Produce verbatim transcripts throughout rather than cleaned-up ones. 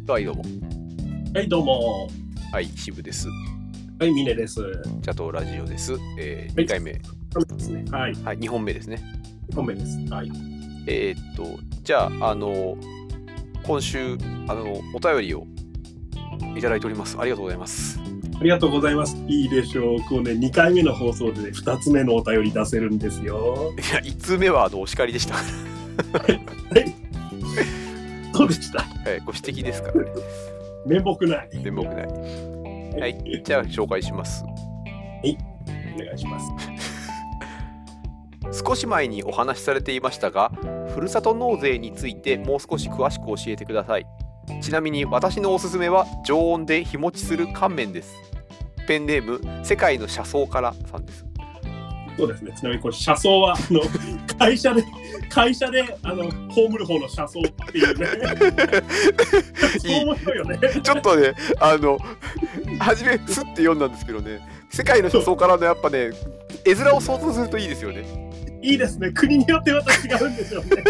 はい、どうも。 はい、どうも。 はい、渋です。 はい、ミネです。 チャトラジオです。えー、 はいにかいめ。 そうですね。はい。 はい、にほんめですね。 本命です。はい。 えー、っと、じゃあ、あの、今週、あの、お便りをいただいております。ありがとうございます。 ありがとうございます。いいでしょう。こうね、にかいめの放送で、ね、ふたつめのお便り出せるんですよ。 いや、いちつうめはあのお叱りでした。はい。そうでした。 はい、ご指摘ですからね。 面目ない。 面目ない。はい、じゃあ紹介します。はい、お願いします。 少し前にお話しされていましたが、ふるさと納税についてもう少し詳しく教えてください。ちなみに私のおすすめは常温で日持ちする乾麺です。ペンネーム世界の車窓からさんです。 そうですね。ちなみにこれ車窓はあの会社で会社であの葬る方の車窓っていうね。そう面白いよね。 ちょっとね、あの初めスッて読んだんですけどね、世界の車窓からのやっぱね、絵面を想像するといいですよね。 いいですね。国によってまた違うんですよね。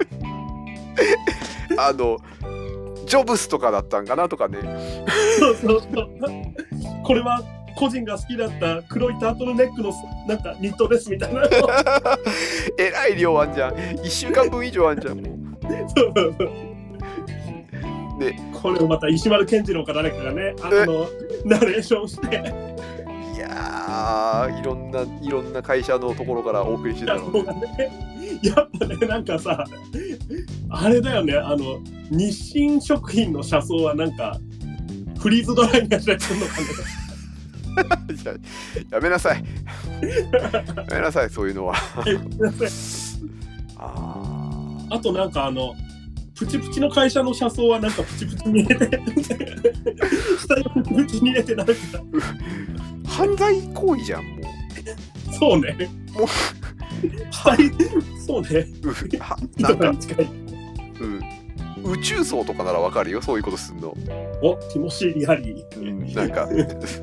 あのジョブスとかだったんかなとかね。 そうそうそう。これは個人が好きだった黒いタートルネックのなんかニットですみたいな。 えらい量あんじゃん。いっしゅうかんぶん以上あんじゃんもう。 そうそうそう。 で、 これをまた石丸健二郎か誰かがね、あのナレーションして。 いやー、いろんないろんな会社のところからお送りしてたので、 ね。やっぱね、なんかさ、あれだよね、あの日清食品の車窓はなんかフリーズドライにやったりするのかね。 やめなさい。やめなさい、そういうのは。あ, あとなんかあのプチプチの会社の車窓はなんかプチプチに入れて下にプチプチに入れてなんか犯罪行為じゃんもう。 そうね。 もう下にそうね。 なんか近い、 うん、宇宙層とかならわかるよ、そういうことすんの。 お、ティモシー・リハリー、 うん、なんか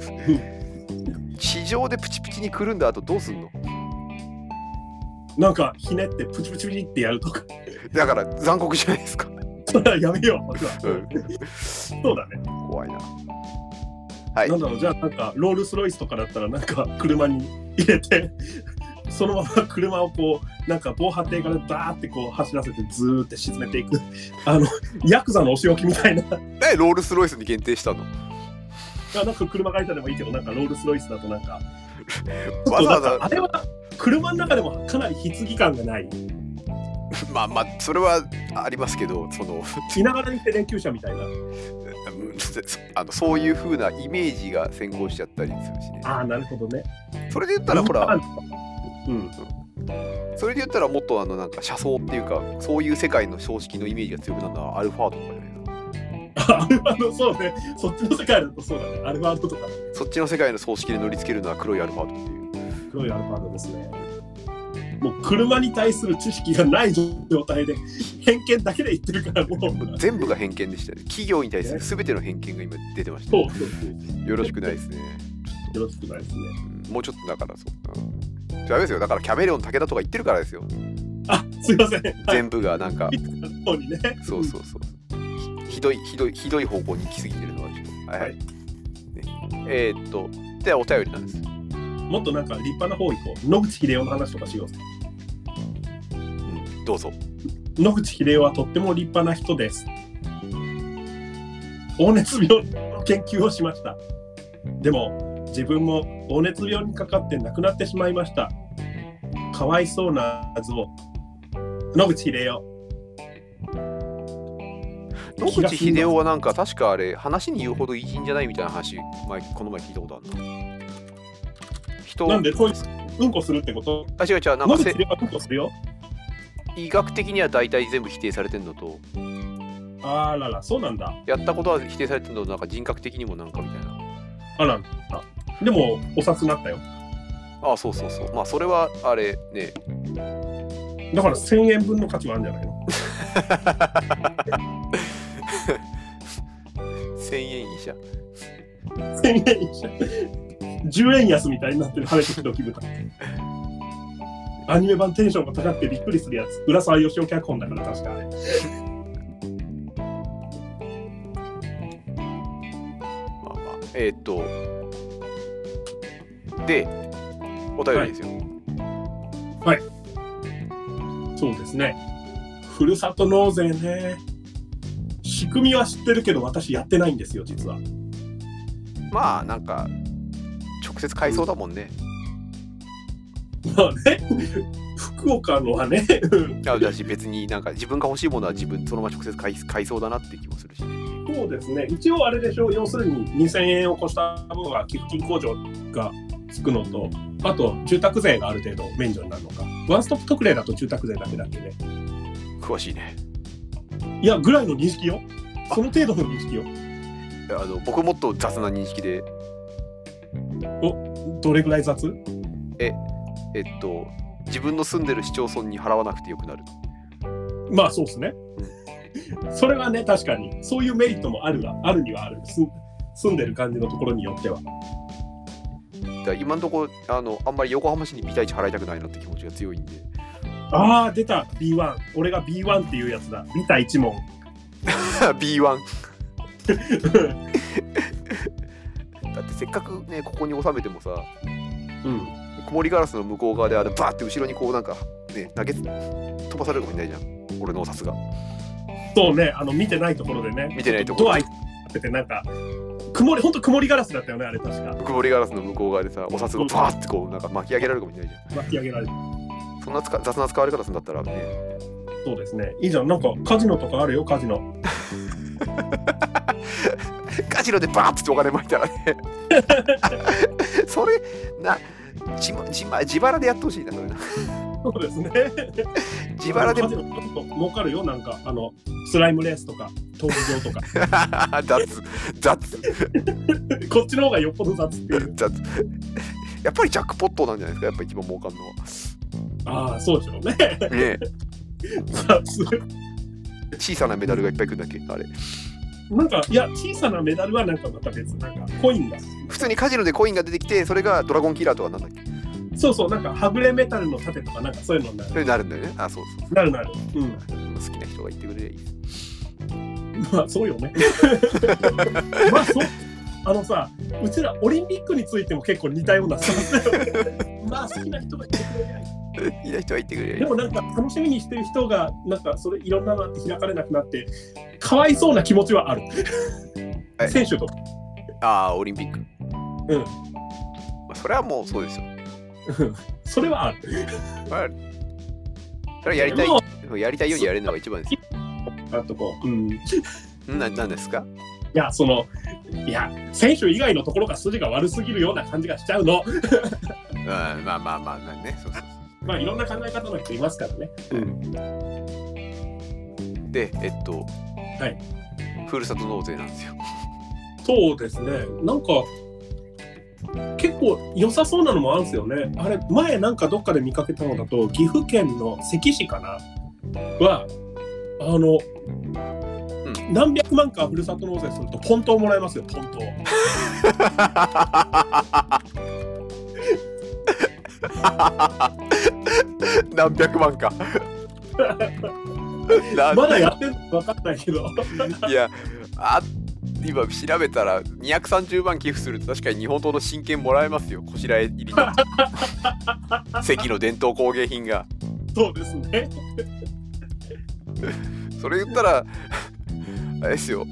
地上でプチプチにくるんだ後どうすんの。 なんかひねってプチプチプチってやるとか。 だから残酷じゃないですか。 それはやめよう、うん、そうだね。 怖いな。はい。 なんだろう、じゃあなんかロールスロイスとかだったらなんか車に入れてそのまま車をこうなんか防波堤からダーってこう走らせてずーって沈めていく、あのヤクザのお仕置きみたいな。 え、ロールスロイスに限定したの？ あ、なんか車会社でもいいけど、なんかロールスロイスだとなんかわざわざあれは車の中でもかなり棺感がない。 まあまあそれはありますけど、そのいながらにて連休車みたいな。 あのそういう風なイメージが先行しちゃったりするしね。 ああ、なるほどね。 それで言ったらほら、 うん、 それで言ったらもっとあのなんか車窓っていうかそういう世界の標識のイメージが強くなるのはアルファードとかじゃないの。 アルファード、そうね。そっちの世界だとそうだね。アルファードとか。 そっちの世界の葬式で乗り付けるのは黒いアルファードっていう。 黒いアルファードですね。もう車に対する知識がない状態で偏見だけで言ってるから、もう全部が偏見でしたね。企業に対する全ての偏見が今出てました、 ね。そうそうそう。 よろしくないですね。 よろしくないですね。 うん、もうちょっとだからそう。ダメですよ。だからキャメレオン武田とか言ってるからですよ。 あ、すいません。 全部がなんか、 ね、 そうそうそう。ひどいひどいひどい方向に行き過ぎてるのはちょっと。はい、はい。ね、えー、っとではお便りなんです。 もっとなんか立派な方行こう。野口英世の話とかしよう。 うん、どうぞ。 野口英世はとっても立派な人です。黄熱病の研究をしました。でも自分も黄熱病にかかって亡くなってしまいました。かわいそうな像。野口英世。 野口英世はなんか確かあれ話に言うほど偉人じゃないみたいな話、前この前聞いたことあるな。人なんでこいつうんこするってこと？ あ、違う違う、なんか野口英世はうんこするよ。 医学的には大体全部否定されてるのと、 あらら、そうなんだ。 やったことは否定されてるのと、なんか人格的にもなんかみたいな。 あら、でもお札なったよ。 ああ、そうそうそう。まあそれはあれね。 だからせんえんぶんの価値はあるんじゃないの？ せんえん医者。 せんえん医者。じゅうえん安みたいになってる晴れてきどき豚。アニメ版テンションが高くてびっくりするやつ。浦沢義雄脚本だから確かあれ。 えーっとでお便りですよ。 はい、そうですね。ふるさと納税ね。仕組みは知ってるけど私やってないんですよ実は。 まあなんか直接買いそうだもんね。 まあね、福岡のはね。 あだし別になんか自分が欲しいものは自分そのまま直接買い買いそうだなって気もするし、ね。 そうですね。一応あれでしょう。要するににせんえんを超した分は寄付金控除がつくのと、あと住宅税がある程度免除になるのか。ワンストップ特例だと住宅税だけだっけね。 詳しいね。 いやぐらいの認識よ。その程度の認識よ。 あの僕もっと雑な認識で。 お、どれぐらい雑？ ええっと自分の住んでる市町村に払わなくてよくなる。 まあそうですね。それはね確かにそういうメリットもあるわ。あるにはある。す住んでる感じのところによっては。 だから今のところあのあんまり横浜市にビタイチ払いたくないなって気持ちが強いんで。 ああ出た ビーワン。俺が ビーワン っていうやつだ。見た一問。 ビーワン だってせっかくねここに収めてもさ、 うん、 曇りガラスの向こう側であれバーって後ろにこうなんかね投げ飛ばされるかもしれないじゃん俺のお札が。 そうね、あの見てないところでね、 見てないところドア開けてなんか曇り、ほんと曇りガラスだったよねあれ確か。 曇りガラスの向こう側でさお札がバーってこうなんか巻き上げられるかもしれないじゃん。 巻き上げられる。 そんなつか雑な使われ方するんだったらね。 そうですね。いいじゃん。なんかカジノとかあるよカジノ。 カジノでバーッてお金巻いたらねそれな自自自腹でやってほしいなそれな。 そうですね。 自腹でカジノ儲かるよ。なんかあのスライムレースとか闘技場とか。 雑雑こっちの方がよっぽど雑っていう。 雑やっぱりジャックポットなんじゃないですかやっぱ一番儲かるのは。 ああそうでしょうね。 ね雑。 小さなメダルがいっぱいくるんだっけあれ。 なんかいや小さなメダルはなんかまた別なんかコインだ。 普通にカジノでコインが出てきてそれがドラゴンキラーとかなんだっけ。 そうそうなんかはぐれメタルの盾とかなんかそういうのになる。 それになるんだよね。あそうそうなるなる。うん。 好きな人が言ってくれりゃいい。 まあそうよね。まあそう。あのさ、うちらオリンピックについても結構似たようなさ。まあ好きな人が言ってくれりゃいい。 好きな人が言ってくれりゃいい。 でもなんか楽しみにしてる人がなんかそれいろんなのあって開かれなくなってかわいそうな気持ちはある。選手とか。 ああオリンピック。 うん。 まあ、それはもうそうですよ。 それはある。 まあ、それはやりたいやりたいようにやれるのが一番ですよ。 あとこう、うん。 ななんですか？ いやそのいや選手以外のところが筋が悪すぎるような感じがしちゃうの。 うん、まあまあまあまあね、そうそうそう。 まあいろんな考え方の人いますからね。うん、 で、えっと、 はい、 ふるさと納税なんですよ。 そうですね。なんか結構良さそうなのもあるんですよね。あれ前なんかどっかで見かけたのだと岐阜県の関市かなはあの。何百万かふるさと納税するとポントをもらえますよ、ポントを。 何百万か。 まだやってるの分かんないけど。 いや、あ今調べたらにひゃくさんじゅうまん寄付すると確かに日本刀の真剣もらえますよ、こしらえ入りの関の伝統工芸品が。 そうですね。 それ言ったらあれですよ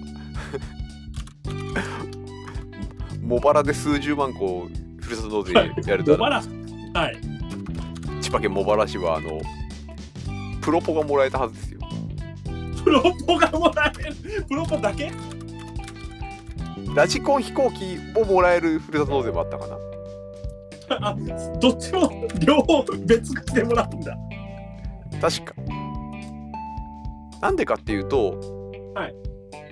茂原で数十万個ふるさと納税やると、 茂原、はい、 千葉県茂原市はあのプロポがもらえたはずですよ。 プロポがもらえる？プロポだけ？ ラジコン飛行機をもらえるふるさと納税もあったかな。 あ、どっちも両方別でもらうんだ。 確か。なんでかっていうと、 はい、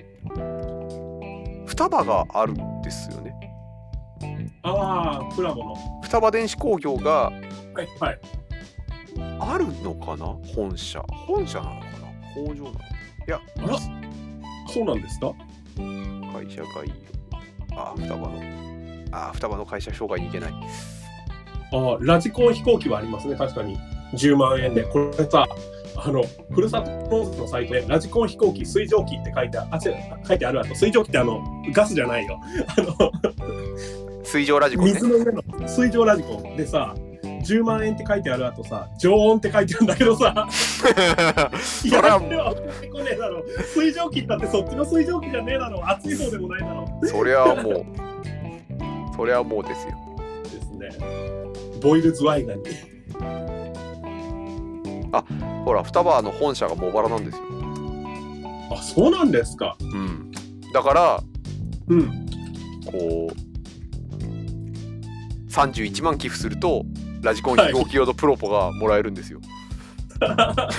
双葉があるんですよね。 ああ、プラモの双葉電子工業がはいはいあるのかな、本社本社なのかな、工場なの。いや、 あら、そうなんですか。 会社概要、あ、双葉のあ双葉の会社紹介に行けない。 あ、ラジコン飛行機はありますね、確かにじゅうまんえんで。これさ、 あのふるさと納税のサイトでラジコン飛行機水蒸気って書いてああ書いてあるあと、水蒸気ってあのガスじゃないよ、あの水上ラジコン、ね、 水の上の水上ラジコンでさ、じゅうまんえんって書いてあるあとさ、常温って書いてあるんだけどさいや、それは送ってこねえだろ、水蒸気だってそっちの水蒸気じゃねえだろ、熱い方でもないだろ。 それはもうそれはもうですよですね。ボイルズワイガニ。 あ、ほら双葉の本社が茂原なんですよ。 あ、そうなんですか。 うん。だからうんこうさんじゅういちまん寄付するとラジコン飛行機用のプロポがもらえるんですよ。 はい、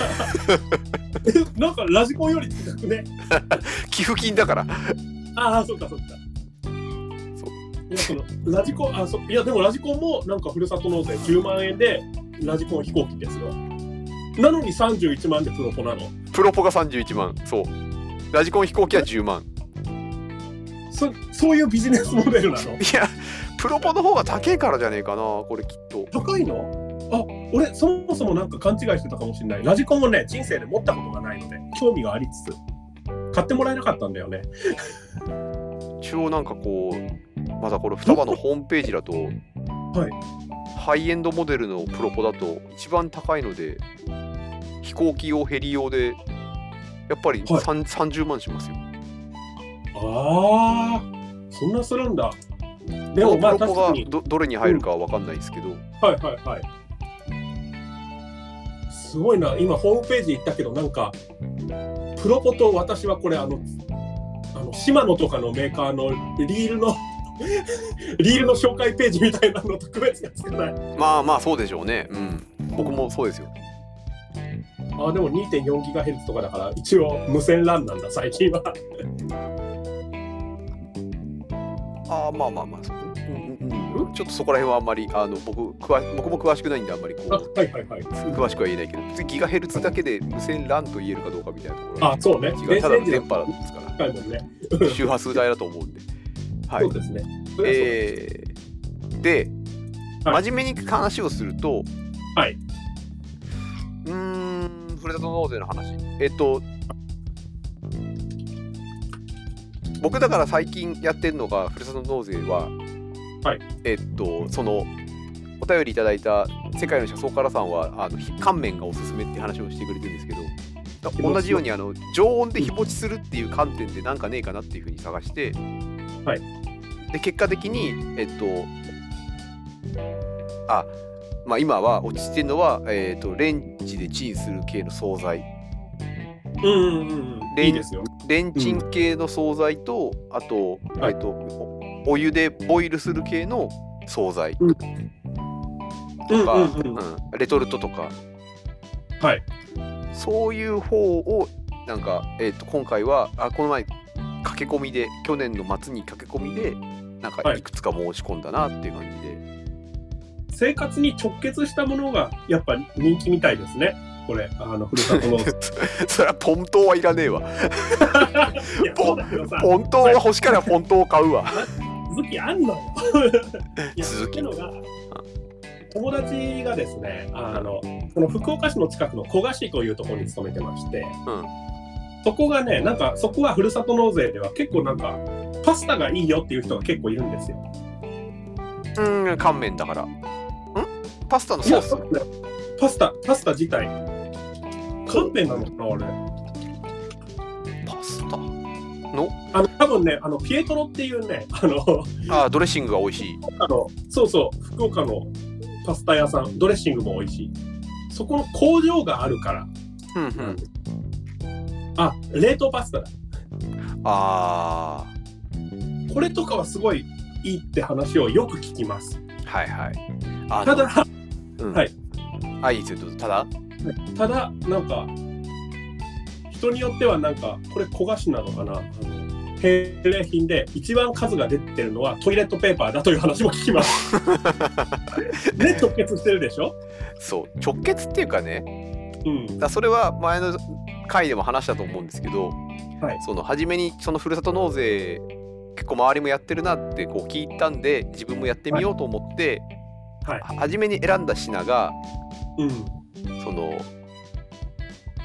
なんかラジコンより高くね。 寄付金だから。 ああ、そっかそっか。いや、そのラジコン、あ、そいやでもラジコンもなんかふるさと納税じゅうまんえんでラジコン飛行機ですよ。なのにさんじゅういちまんでプロポなの。 プロポがさんじゅういちまん、そう。ラジコン飛行機はじゅうまん。 そそういうビジネスモデルなの。 いや、プロポの方が高いからじゃねえかな、これきっと。 高いの？あ、俺そもそもなんか勘違いしてたかもしれない。ラジコンもね、人生で持ったことがないので興味がありつつ買ってもらえなかったんだよね。 一応なんかこうまだこれ双葉のホームページだと、はい、ハイエンドモデルのプロポだと一番高いので飛行機用ヘリ用でやっぱり、はい、さんじゅうまんしますよ。 ああ、そんなするんだ。でもまあプロポが ど, どれに入るかは分かんないですけど、うん、 はいはいはい。すごいな、今ホームページ行ったけどなんかプロポと私はこれあのあのシマノとかのメーカーのリールのリールの紹介ページみたいなの特別がつかない。 まあまあそうでしょうね。うん。僕もそうですよ。 あ、でも にてんよんギガヘルツ とかだから一応無線 ラン なんだ最近は。 ああ、まあまあまあそう、うんうんうん、ちょっとそこら辺はあんまりあの 僕, 詳僕も詳しくないんであんまりこう、 はいはいはい、 詳しくは言えないけど、ギガヘルツだけで無線 ラン と言えるかどうかみたいなところは、あ、そうね、 違う、ただの電波ですから、 ね、 周波数帯だと思うんで、 はい、そうですね。 えー、で、はい、真面目に話をすると、 はい、 うーん、ふるさと納税の話、えっと僕だから最近やってるのがふるさと納税は、 はい、 えっとそのお便りいただいた世界の車窓からさんはあの乾麺がおすすめって話をしてくれてるんですけど、同じようにあの常温で日持ちするっていう観点でなんかねえかなっていうふうに探して、 はい、 で結果的にえっとあまあ今は落ち着いてるのは、えっとレンジでチンする系の惣菜、 うんうんうん、レンいいですよ。 レンチン系の惣菜と、うん、あと、はい、えっとお湯でボイルする系の惣菜、うん、とか、うんうんうんうん、レトルトとか、 はい、 そういう方をなんか、えー、と今回はあこの前駆け込みで去年の末に駆け込みでなんかいくつか申し込んだなっていう感じで、はい、 生活に直結したものがやっぱ人気みたいですね。これあのふるさと納税それはポントはいらねえわ。ポントは欲しかったらポントを買うわ。 続きあんのよ。続きのが友達がですね、あのこの福岡市の近くの古賀市というところに勤めてまして、うん、そこがね、なんかそこはふるさと納税では結構なんかパスタがいいよっていう人が結構いるんですよ。 うん、乾麺だから。ん？パスタのソース？ パスタ、パスタ自体。乾麺なのかな、あれ。 パスタの？ あの多分ね、あのピエトロっていうね、あのあドレッシングが美味しい。 あのそうそう、福岡のパスタ屋さん、ドレッシングも美味しい。そこの工場があるから。 うんうん。 あ、冷凍パスタだ。 あー。これとかはすごいいいって話をよく聞きます。 はいはい。あただ、 うん、 はい。 あ、いいですよ、どうぞ。ただただ、なんか、人によってはなんか、これ焦がしなのかな、あの返礼品で一番数が出てるのはトイレットペーパーだという話も聞きます。ね、直結してるでしょ？ そう、直結っていうかね、 うん、 だそれは前の回でも話したと思うんですけど、はい、その初めにそのふるさと納税結構周りもやってるなってこう聞いたんで自分もやってみようと思って、はいはい、初めに選んだ品が、 うん、 その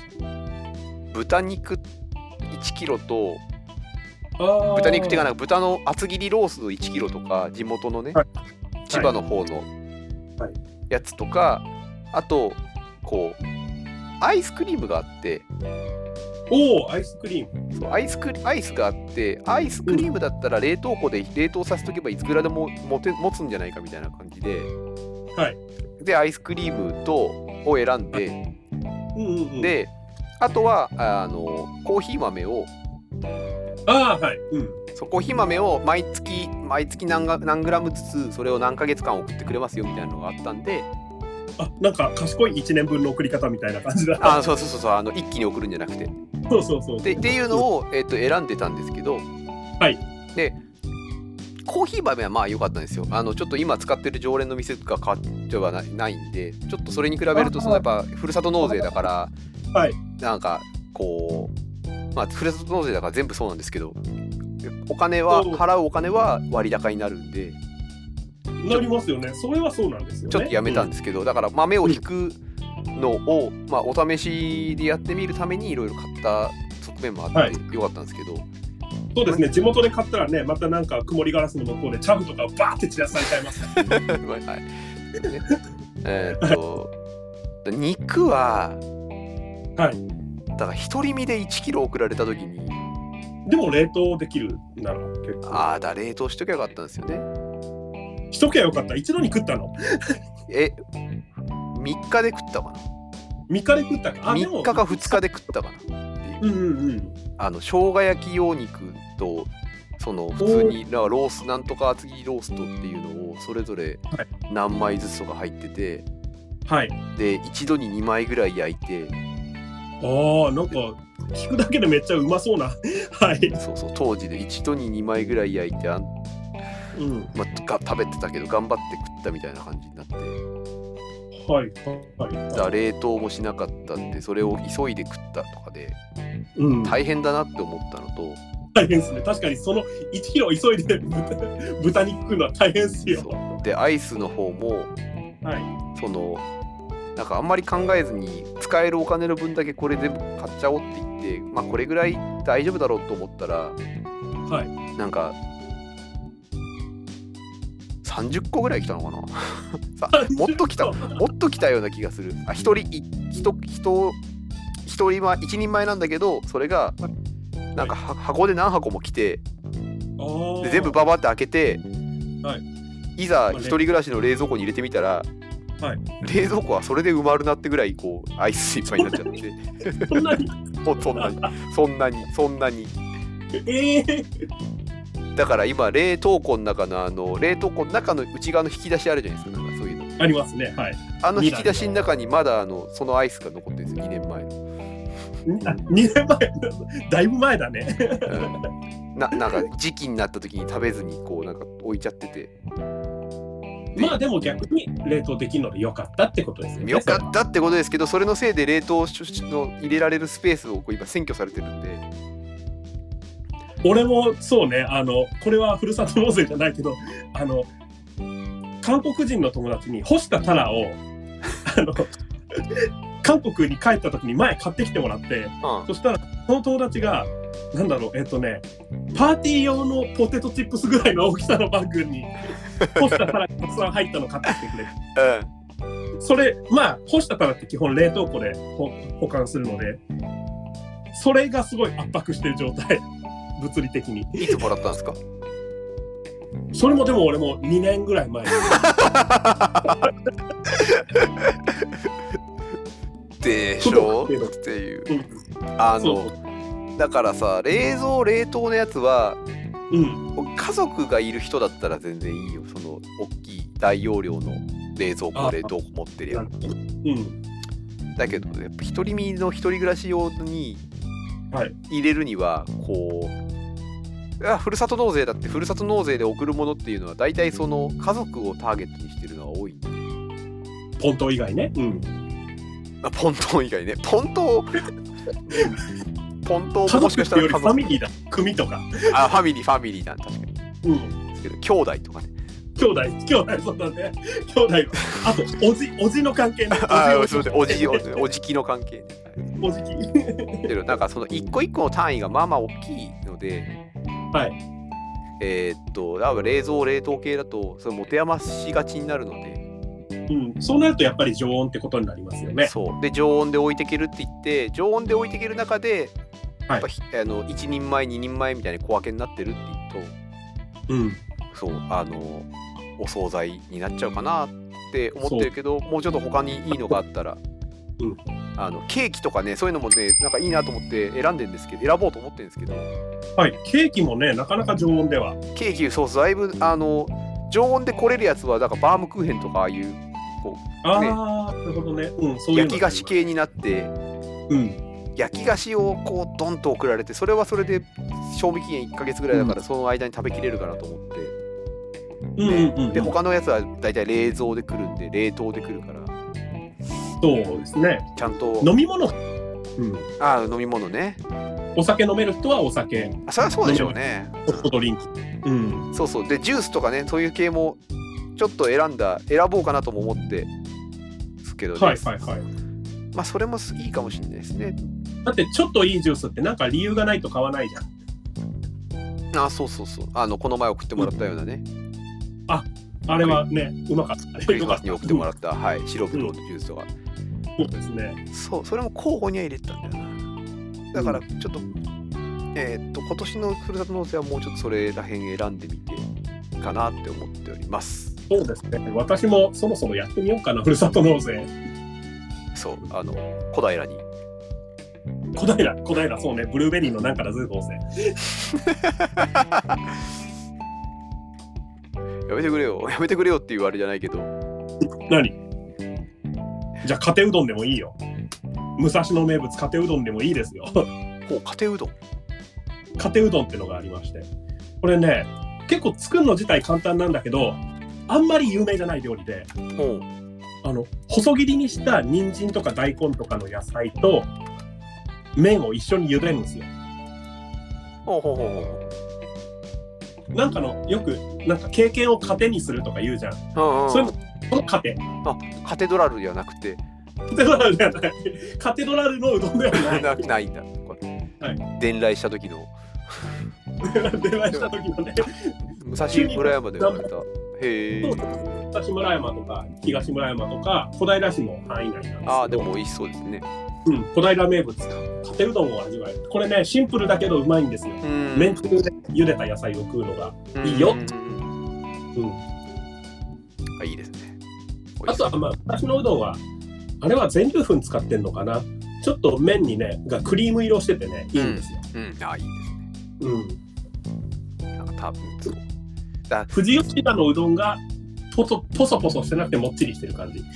豚肉いちキロと、 あー豚肉っていうかなんか豚の厚切りロースいちキロとか、地元のね、 はい千葉の方のはいやつとか、あとこうアイスクリームがあって、 おお、アイスクリーム。 そうアイスクリアイスがあって、アイスクリームだったら冷凍庫で冷凍させとけばいくらでも持て持つんじゃないかみたいな感じで、 はい。 でアイスクリームとを選んで、 うんうんうん、 であとはあのコーヒー豆をああ、はい。うん。 そうコーヒー豆を毎月毎月何が何グラムずつそれを何ヶ月間送ってくれますよみたいなのがあったんで、 あ、なんか賢いいちねんぶんの送り方みたいな感じだ。 あそうそうそうそう、あの一気に送るんじゃなくて、 そうそうそう。 でっていうのを、えっと選んでたんですけど、 はい。 でコーヒー豆はまあ良かったんですよ。あのちょっと今使ってる常連の店が変わってはなないんで、ちょっとそれに比べるとそのやっぱふるさと納税だから、 はい。 なんかこうまあふるさと納税だから全部そうなんですけど、お金はそう払うお金は割高になるんで、 なりますよね。それはそうなんですよね。 ちょっとやめたんですけど、だから豆を引くのを、まあ、お試しでやってみるためにいろいろ買った側面もあはいってよかったんですけど、 そうですね。地元で買ったらね、またなんか曇りガラスの向こうでチャフとかバーって散らされちゃいますから。 はいねえーっと肉は、 はい。 だから独り身でいちキロ送られた時に、 でも冷凍できるなら結構。 ああだ冷凍しときゃよかったんですよね。 しとけばよかった。一度に食ったの。 えみっかで食ったかな、 みっかで食ったか。あ、 みでもっかかふつかで食ったかなっていう、 うんうんうん。 あの生姜焼き用肉とその普通にロースなんとか厚切りローストっていうのをそれぞれはい何枚ずつとか入ってて、 はい。 で一度ににまいぐらい焼いて、 ああ、なんか聞くだけでめっちゃうまそうな。はい。 そうそう当時で一度ににまいぐらい焼いてあん、 うん。 まあ、が食べてたけど頑張って食ったみたいな感じになって、 はい。はい。 だから冷凍もしなかったんでそれを急いで食ったとかでうん。 大変だなって思ったのと、 大変ですね。確かにそのいちキロ急いで豚豚肉食うのは大変ですよ。 そうでアイスの方もはい。 そのなんかあんまり考えずに使えるお金の分だけこれ全部買っちゃおうって言って、まあこれぐらい大丈夫だろうと思ったら、 はい。 なんかさんじゅっこぐらい来たのかなさもっと来たもっと来たような気がする。あ一人い一人一人前一人前なんだけど、それがなんかは箱で何箱も来て、 あで全部ババって開けて、 はいいざ一人暮らしの冷蔵庫に入れてみたら、 はい冷蔵庫はそれで埋まるなってぐらいこうアイスいっぱいになっちゃってそんなにもうそんなにそんなにそんなにええー、 だから今冷凍庫の中のあの冷凍庫の中の内側の引き出しあるじゃないですか、なんかそういうのありますね。はい。 あの引き出しの中にまだあのそのアイスが残ってるんですよ、にねんまえの、 にねんまえ、だいぶ前だね。 うん、ななんか時期になった時に食べずにこうなんか置いちゃってて、 まあでも逆に冷凍できるのでよかったってことですよね。 よかったってことですけど、それのせいで冷凍の入れられるスペースをこう今占拠されてるんで、 俺もそうね、あのこれはふるさと納税じゃないけど、あの韓国人の友達に干したタラをあの韓国に帰った時に前買ってきてもらって、 うん、 そしたらその友達がなんだろうえっとねパーティー用のポテトチップスぐらいの大きさのバッグに干したタラがたくさん入ったの買ってきてくれて、 うん、 それまあ干したタラって基本冷凍庫で保保管するので、それがすごい圧迫してる状態。物理的に。 いつもらったんですか？ それもでも俺もにねんぐらい前にでしょっていう、 うん、 あのそうだからさ、冷蔵冷凍のやつは、 うん、 家族がいる人だったら全然いいよ、その大きい大容量の冷蔵庫冷凍庫持ってるやつ、 うん、 だけどやっぱ独り身の一人暮らし用に入れるにはこう、あふるさと納税だって、ふるさと納税で送るものっていうのは大体その家族をターゲットにしてるのが多いんで、 ポント以外ね、うん、 あポント以外ね、ポントポントも家もしかしたら族よりファミリーだ、組とか、 あファミリーファミリーだ確かに、 うん、 ですけど兄弟とかね、 兄弟、兄弟、そうだね。兄弟、あと、おじ、おじの関係ね。 ああ、すみません、おじ、おおじきの関係ね。 おじき。 けど、なんかその一個一個の単位がまあまあ大きいので、 はい。 えーっと、だから冷蔵、冷凍系だと、それ持て余しがちになるので、 うん、そうなるとやっぱり常温ってことになりますよね。 そう。で、常温で置いていけるって言って、常温で置いていける中で、 はいやっぱひあのいちにんまえ、ににんまえみたいに小分けになってるって言ううん。 と、そう、あの、お惣菜になっちゃうかなって思ってるけど、もうちょっと他にいいのがあったら、 うんあのケーキとかね、そういうのもね、なんかいいなと思って選んでるんですけど、選ぼうと思ってるんですけど、 はい。ケーキもね、なかなか常温では。 ケーキ、そうそう、だいぶ、あの、常温で来れるやつは、だからバームクーヘンとか、ああいう、こああ、なるほどね。うん、そういうの焼き菓子系になって、 うん。 焼き菓子をこうドンと送られて、それはそれで賞味期限いっかげつぐらいだから、 うんその間に食べきれるかなと思って、 うんうんうん。 で他のやつはだいたい冷蔵で来るんで、冷凍で来るから、 そうですね。 ちゃんと飲み物。うん。 あ飲み物ね、 お酒飲める人はお酒。 あそれはそうでしょうね、 ホットドリンク。うん。 そうそう、でジュースとかね、そういう系もちょっと選んだ選ぼうかなとも思ってですけどね、 はいはいはい。 まあそれもいいかもしれないですね。 だってちょっといいジュースってなんか理由がないと買わないじゃん。 あそうそうそう、あのこの前送ってもらったようなね、 あれはね、うまかったね。 クリスマスに送ってもらっらった、はい、シロップとジュースとか、 た。そうですね。 そうそれも候補には入れてたんだよな。だからちょっと、えーっと今年のふるさと納税はもうちょっとそれらへん選んでみてかなって思っております。 そうですね。私もそろそろやってみようかな、ふるさと納税。 そうあの小平に小平、小平、そうね、ブルーベリーのなんからずどうせ。 やめてくれよやめてくれよっていうあれじゃないけど、 何じゃあ、かてうどんでもいいよ。武蔵野名物、かてうどんでもいいですよ。 ほうかてうどん、 かてうどんってのがありまして。これね、結構作るの自体簡単なんだけど、あんまり有名じゃない料理で、 ほうあの細切りにした人参とか大根とかの野菜と麺を一緒に茹でるんですよ。 ほうほうほうほなんかのよくなんか経験を糧にするとか言うじゃん。 う、うんうん、 それもこの糧。 あカテドラルではなくてカテドラルではない。カテドラルのうどんではない。 なないんだ、これはい伝来した時の出ました時のね。 武蔵村山で生まれた。へえ。 そう武蔵村山とか東村山とか小平市の範囲内なんですけど。 ああでも美味しそうですね。 うん、小平名物かてうどんを味わえる。これねシンプルだけどうまいんですよ。 うんめんつゆで茹でた野菜を食うのがいいよ。 うんうん。 あいいですね。 あとはまあ私のうどんはあれは全粒粉使ってんのかな。ちょっと麺にねがクリーム色しててねいいんですよ。 うん、うん、あいいですね。 うん。 なんか多分そう。だ富士吉田のうどんがポソポソポソしてなくてもっちりしてる感じ。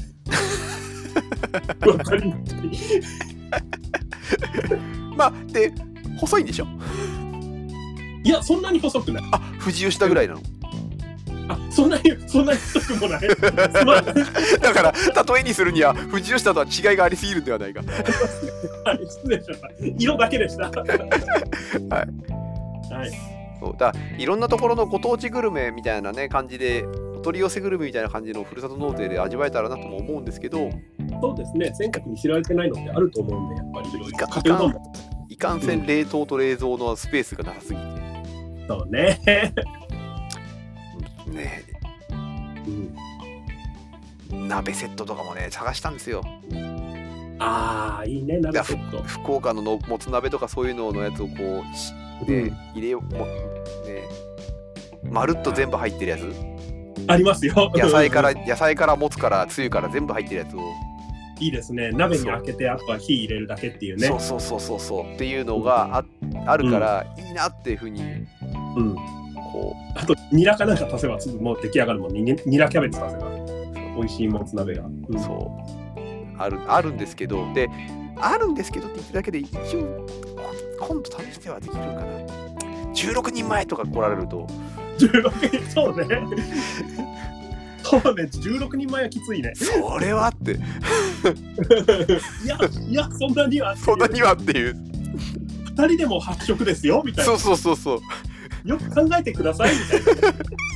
わかります。 まあで細いんでしょ。 いやそんなに細くない。 あ富士吉田ぐらいなの。 あそんなにそんなに太くもない。すまんだから例えにするには富士吉田とは違いがありすぎるんではないか。 はい失礼しました。色だけでした。はい。はい。 そうだいろんなところのご当地グルメみたいなね感じでお取り寄せグルメみたいな感じのふるさと納税で味わえたらなとも思うんですけど、 そうですね。全国に知られてないのってあると思うんでやっぱりいろいろ。 いかかけうどんもいかんせん冷凍と冷蔵のスペースがなさすぎて、 そうね。 うんねうん、 鍋セットとかもね探したんですよ。 ああいいね鍋セット。 福岡ののもつ鍋とかそういうののやつをこうしで、 うん入れようもねまるっと全部入ってるやつ、 ありますよ。 野菜から野菜からもつからつゆから全部入ってるやつを、 いいですね。鍋に開けてあとは火入れるだけっていうね。 そうそうそうそうそうっていうのがああるからいいなっていうふうにうん。 こあとニラかなんか足せばすぐもう出来上がるもん。にニラキャベツ足せば美味しいもつ鍋が。 う、 うん、 そうあるあるんですけど、であるんですけどって言ってるだけで一応今度試してはできるかな。じゅうろくにんまえとか来られるとじゅうろくにんそうね。そうね、じゅうろくにんまえはきついね。 それはっていや、いや、そんなには。 そんなにはっていうふたりでも発色ですよみたいな。 そうそうそうそうよく考えてくださいみたいな。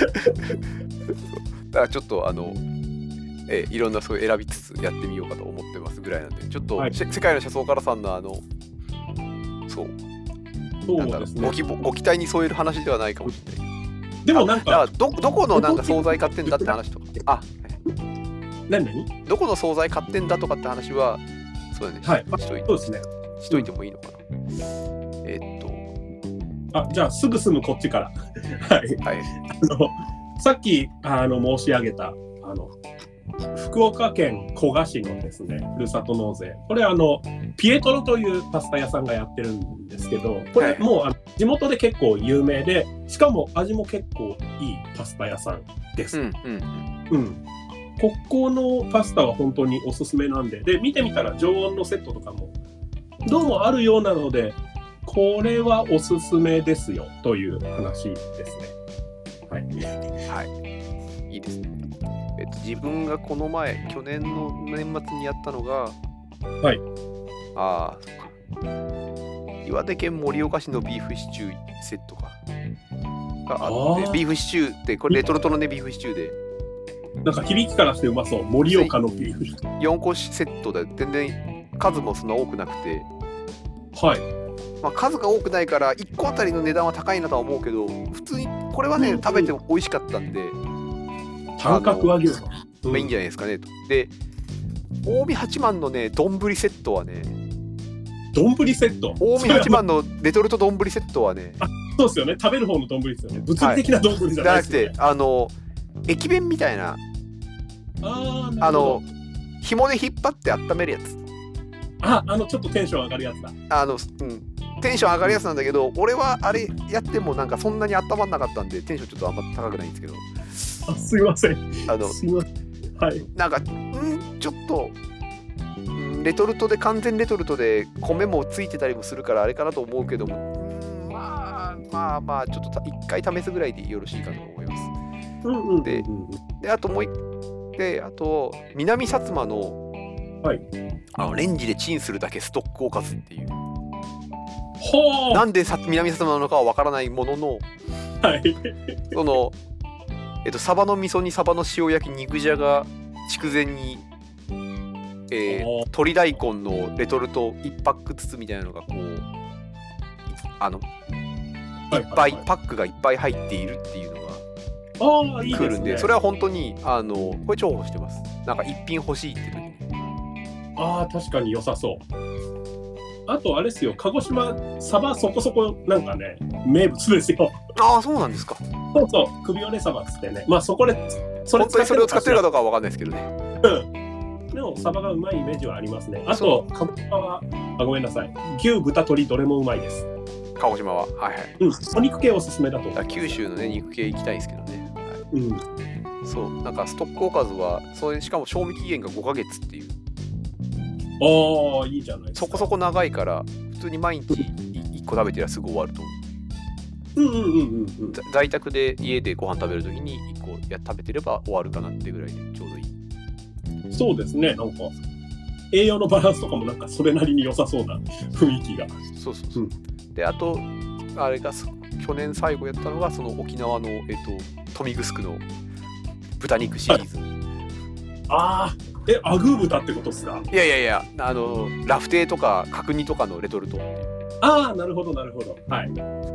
だからちょっとあの、えーいろんなそういう選びつつやってみようかと思ってますぐらいなんで、ちょっと、 はい、 せ世界の車窓からさんのあのそうなんだろう、 そうですね。 ご希望ご期待に添える話ではないかもしれない。 でもなんか、 だからどどこのなんか惣菜買ってんだって話とか、あ、 何何どこの惣菜買ってんだとかって話はそうだね、 はい、 しといてそうですね。 しといてもいいのかな。えーっとあ、じゃあすぐ住むこっちから。はい。 はい、 あのさっきあの申し上げたあの福岡県古賀市のですね、ふるさと納税。これあのピエトロというパスタ屋さんがやってるんですけど、これもうあの地元で結構有名で、しかも味も結構いいパスタ屋さんです。 うんうんうん。ここのパスタは本当におすすめなんで、で見てみたら常温のセットとかもどうもあるようなので、これはおすすめですよという話ですね。はい。 はい、いいですね。えっと自分がこの前去年の年末にやったのが、 はい。 ああ、そっか。岩手県盛岡市のビーフシチューセットががあって、 あービーフシチューってこれレトルトのねビーフシチューでなんか響きからしてうまそう。盛岡のビーフシチュよんこセットで全然数もそんな多くなくて、 ー。はい。 まあ、数が多くないからいっこあたりの値段は高いなとは思うけど、普通にこれはね、 うん食べても美味しかったんで、 短角和牛の。 まあ、いいんじゃないですかねと。で、近江八幡のね丼セットはね、 丼セット。 近江八幡のレトルト丼セットはね、 そうですよね。食べる方の丼ですよね。物理的な丼じゃじゃないですよね。 なくて、あの駅弁みたいな、 あーなあるほどの紐で引っ張って温めるやつ。 あ、あのちょっとテンション上がるやつだ。 あの、うん、テンション上がるやつなんだけど、俺はあれやってもなんかそんなに温まんなかったんでテンションちょっとあんま高くないんですけど、 あ、すいません。 あのすいません。はい。 なんかんちょっとんレトルトで完全レトルトで米もついてたりもするからあれかなと思うけども、んまあまあまあちょっとた一回試すぐらいでよろしいかと思います。 うんうんうんうん。 でであともう一であと南薩摩の、 はい、 あのレンジでチンするだけストックおかずっていう、 ほー。 なんでさ南薩摩なのかはわからないものの、 はい。 そのえっとサバの味噌にサバの塩焼き、肉じゃが、筑前煮、えーおー鶏大根のレトルトいちパックずつみたいなのがこういあのいっぱいパックがいっぱい入っているっていうのがああ、いいですね。 来るんで、それは本当にあのこれ重宝してます。なんか一品欲しいって時に。 ああ、確かに良さそう。あと、あれですよ、鹿児島、サバそこそこなんかね、名物ですよ。 ああ、そうなんですか。 そうそう、首折れサバっつってね。まあ、そこで、それ本当にそれを使ってるかかどうかは分かんないですけどね。 うん。でも、サバがうまいイメージはありますね。あと、鹿児島は、あ、ごめんなさい。牛、豚、鶏、どれもうまいです。 鹿児島は。はいはい。 うん、お肉系おすすめだと思う。 だから九州のね肉系行きたいですけどね。はい、 うん。 そうなんかストックおかずはそれしかも賞味期限がごかげつっていう、 ああ、いいじゃないですか。 そこそこ長いから普通に毎日いっこ食べてりゃすぐ終わると思う。 うんうんうんうんうん。 ざ在宅で家でご飯食べるときにいっこや食べてれば終わるかなってぐらいでちょうどいい。 そうですね、なんか栄養のバランスとかもなんかそれなりに良さそうな雰囲気が。 そうそうそう。うん、であとあれが去年最後やったのがその沖縄のえっと豊見城の豚肉シリーズ。はい、 ああ、え、アグー豚ってことですか？ いやいやいや、あのラフテーとか角煮とかのレトルトっていう。 ああ、なるほどなるほど。はい。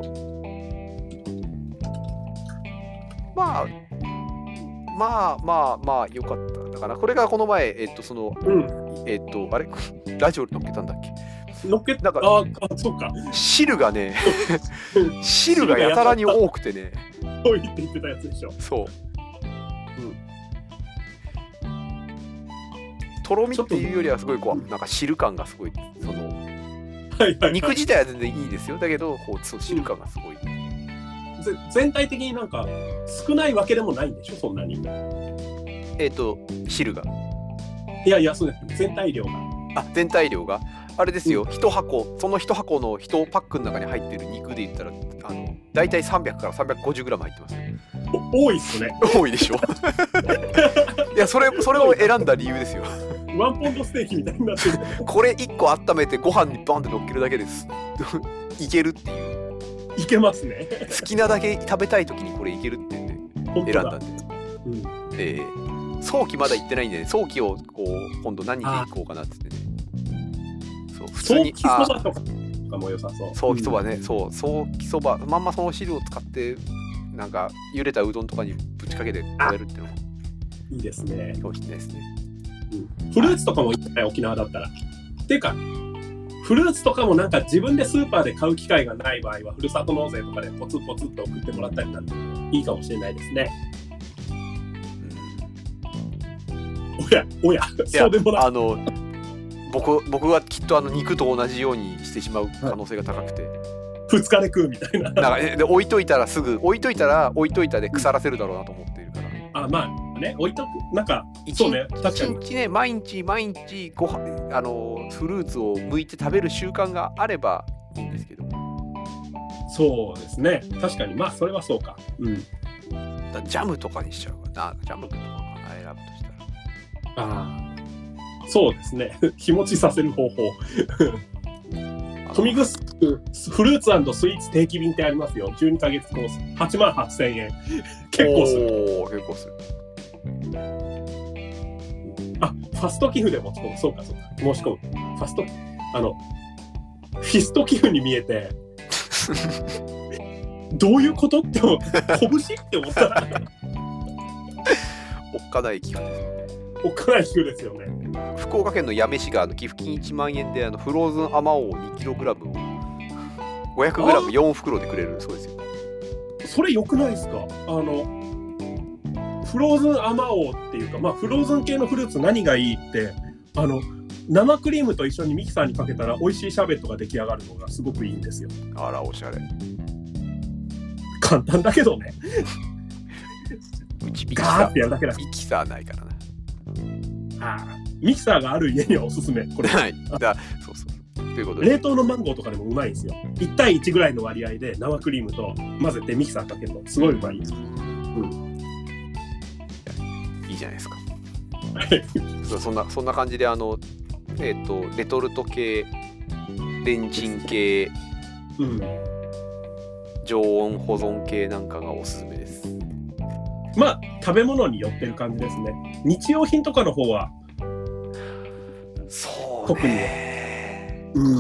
まあまあまあまあよかっただから、これがこの前えっとその、 うん、 えっとあれラジオに載っけたんだっけ？ 乗っけなんかああ、そうか。 汁がね汁がやたらに多くてね。 多いって言ってたやつでしょ。 そう。とろみっていうよりはすごいこうなんか汁感がすごい、その、 はいはいはい、 肉自体は全然いいですよ。だけどこうそう汁感がすごい、 ぜ全体的になんか少ないわけでもないんでしょ、そんなに。 えっと汁がいやいや、そうです。全体量が。 あ、全体量があれですよ。いち、うん、箱、そのいち箱のいちパックの中に入ってる肉で言ったらあのだいたいさんびゃくからさんびゃくごじゅうグラム入ってますよ。 多いっすね。 多いでしょいや、それそれを選んだ理由ですよ。 ワンポンドステーキみたいになってる。 これいっこ温めてご飯にバンって乗っけるだけですいけるっていう。 いけますね。 好きなだけ食べたい時にこれいけるっていうんで。 本当だ。 選んだんで、 うん、 えー、早期まだ行ってないんでね、早期をこう今度何で行こうかなってってね。そう普通に早期そばとかも良さそう。 早期そばね、うん、そう早期そばまんまその汁を使ってなんか茹でたうどんとかにぶちかけて食べるっていうのもいいですね。 かもしれないですね。 うん、フルーツとかもいいね、沖縄だったら。っていうかフルーツとかもなんか自分でスーパーで買う機会がない場合はふるさと納税とかでポツポツっと送ってもらったりなんていいかもしれないですね。うん、おやおやそうでもない。 あの僕僕はきっとあの肉と同じようにしてしまう可能性が高くて、 ふつかで食うみたいな。 なんかで置いといたらすぐ置いといたら置いといたで腐らせるだろうなと思っているから。 あまあね置いとくなんかそうね確かに一日ね毎日毎日ごはあのフルーツを剥いて食べる習慣があればいいんですけど。 そうですね確かにまあそれはそうか。うん。 だジャムとかにしちゃうかなジャムとかかな選ぶとしたら。 ああそうですね日持ちさせる方法。富城フルーツ&スイーツ定期便ってありますよ。じゅうにかげつコースはちまんはっせんえん結構する。 おー結構する。 あファスト寄付で持ち込むそうかそうか申し込むファストあのフィスト寄付に見えてどういうことって思って拳って思ったらおっかない寄付ですよね。 おっかない寄付ですよね。 福岡県の八女市があの寄付金いちまんえんであのフローズンアマオ にキログラム を ごひゃくグラムよん 袋でくれるそうですよ。 それ良くないですか。あのフローズンアマオっていうか、まあ、フローズン系のフルーツ何がいいってあの生クリームと一緒にミキサーにかけたら美味しいシャーベットが出来上がるのがすごくいいんですよ。 あらおしゃれ。 簡単だけどねうちミキガサーってやるだけだ。 ーミキサーないからな。 あミキサーがある家にはおすすめこれ。 はいだそうそうということで冷凍のマンゴーとかでもうまいんですよ。いち対いちぐらいの割合で生クリームと混ぜてミキサーかけるとすごいうまいんですよ。うんいいじゃないですか。そ, そんなそんな感じであの、えー、とレトルト系レンチン系、 うん、 常温保存系なんかがおすすめです。 まあ食べ物に寄ってる感じですね。日用品とかの方はそう特にね、 うん、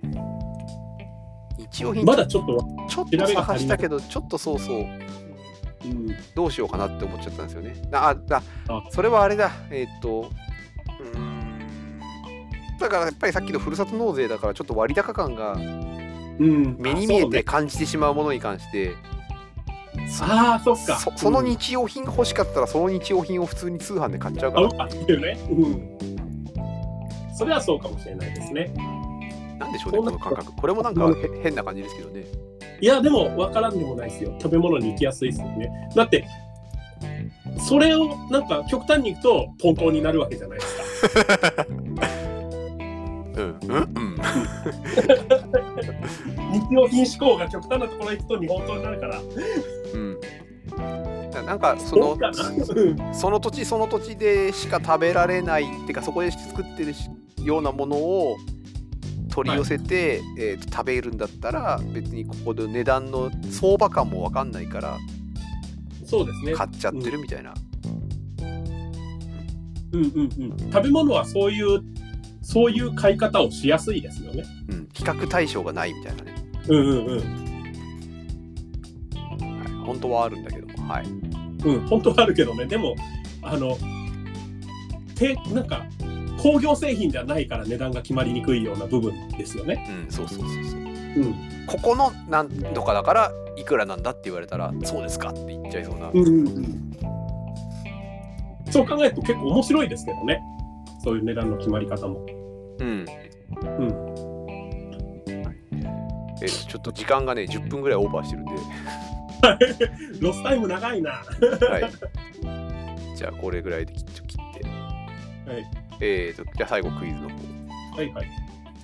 日用品まだちょっとちょっと探したけどちょっとそうそう、 うん、 どうしようかなって思っちゃったんですよね。あああそれはあれだえっ、ー、とうーんだからやっぱりさっきのふるさと納税だからちょっと割高感が目に見えて感じてしまうものに関して、 ああ、そっか。 そ, その日用品が欲しかったらその日用品を普通に通販で買っちゃうから。 あっていうね。うん。それはそうかもしれないですね。 なんでしょうねこの感覚。これもなんか変な感じですけどね。 いやでも分からんでもないですよ。食べ物に行きやすいですよね。だってそれをなんか極端にいくとポントンになるわけじゃないですか。 うんうんうん。 日用品志向が極端なところに行くと日本刀になるから。うん。 なんかそのその土地その土地でしか食べられないっていうかそこで作ってるようなものを取り寄せて、はいえー、と食べるんだったら別にここで値段の相場感も分かんないからそうですね買っちゃってるみたいな。 うんうんうん。食べ物はそういうそういう買い方をしやすいですよね。 うん。比較対象がないみたいなね。 うんうんうん。 はい、本当はあるんだけども、はい。 うん、本当はあるけどね。でもあのてなんか工業製品じゃないから値段が決まりにくいような部分ですよね。 うん、そうそうそうそう。うん、ここのなんとかだからいくらなんだって言われたらそうですかって言っちゃいそうな。 うんうんうん、そう考えると結構面白いですけどね。そういう値段の決まり方も。うん。うん。 えー、ちょっと時間がねじゅっぷんぐらいオーバーしてるんで。 ロスタイム長いな。はい。 じゃあこれぐらいで切って。 はい。 えーとじゃあ最後クイズの方。 はいはい。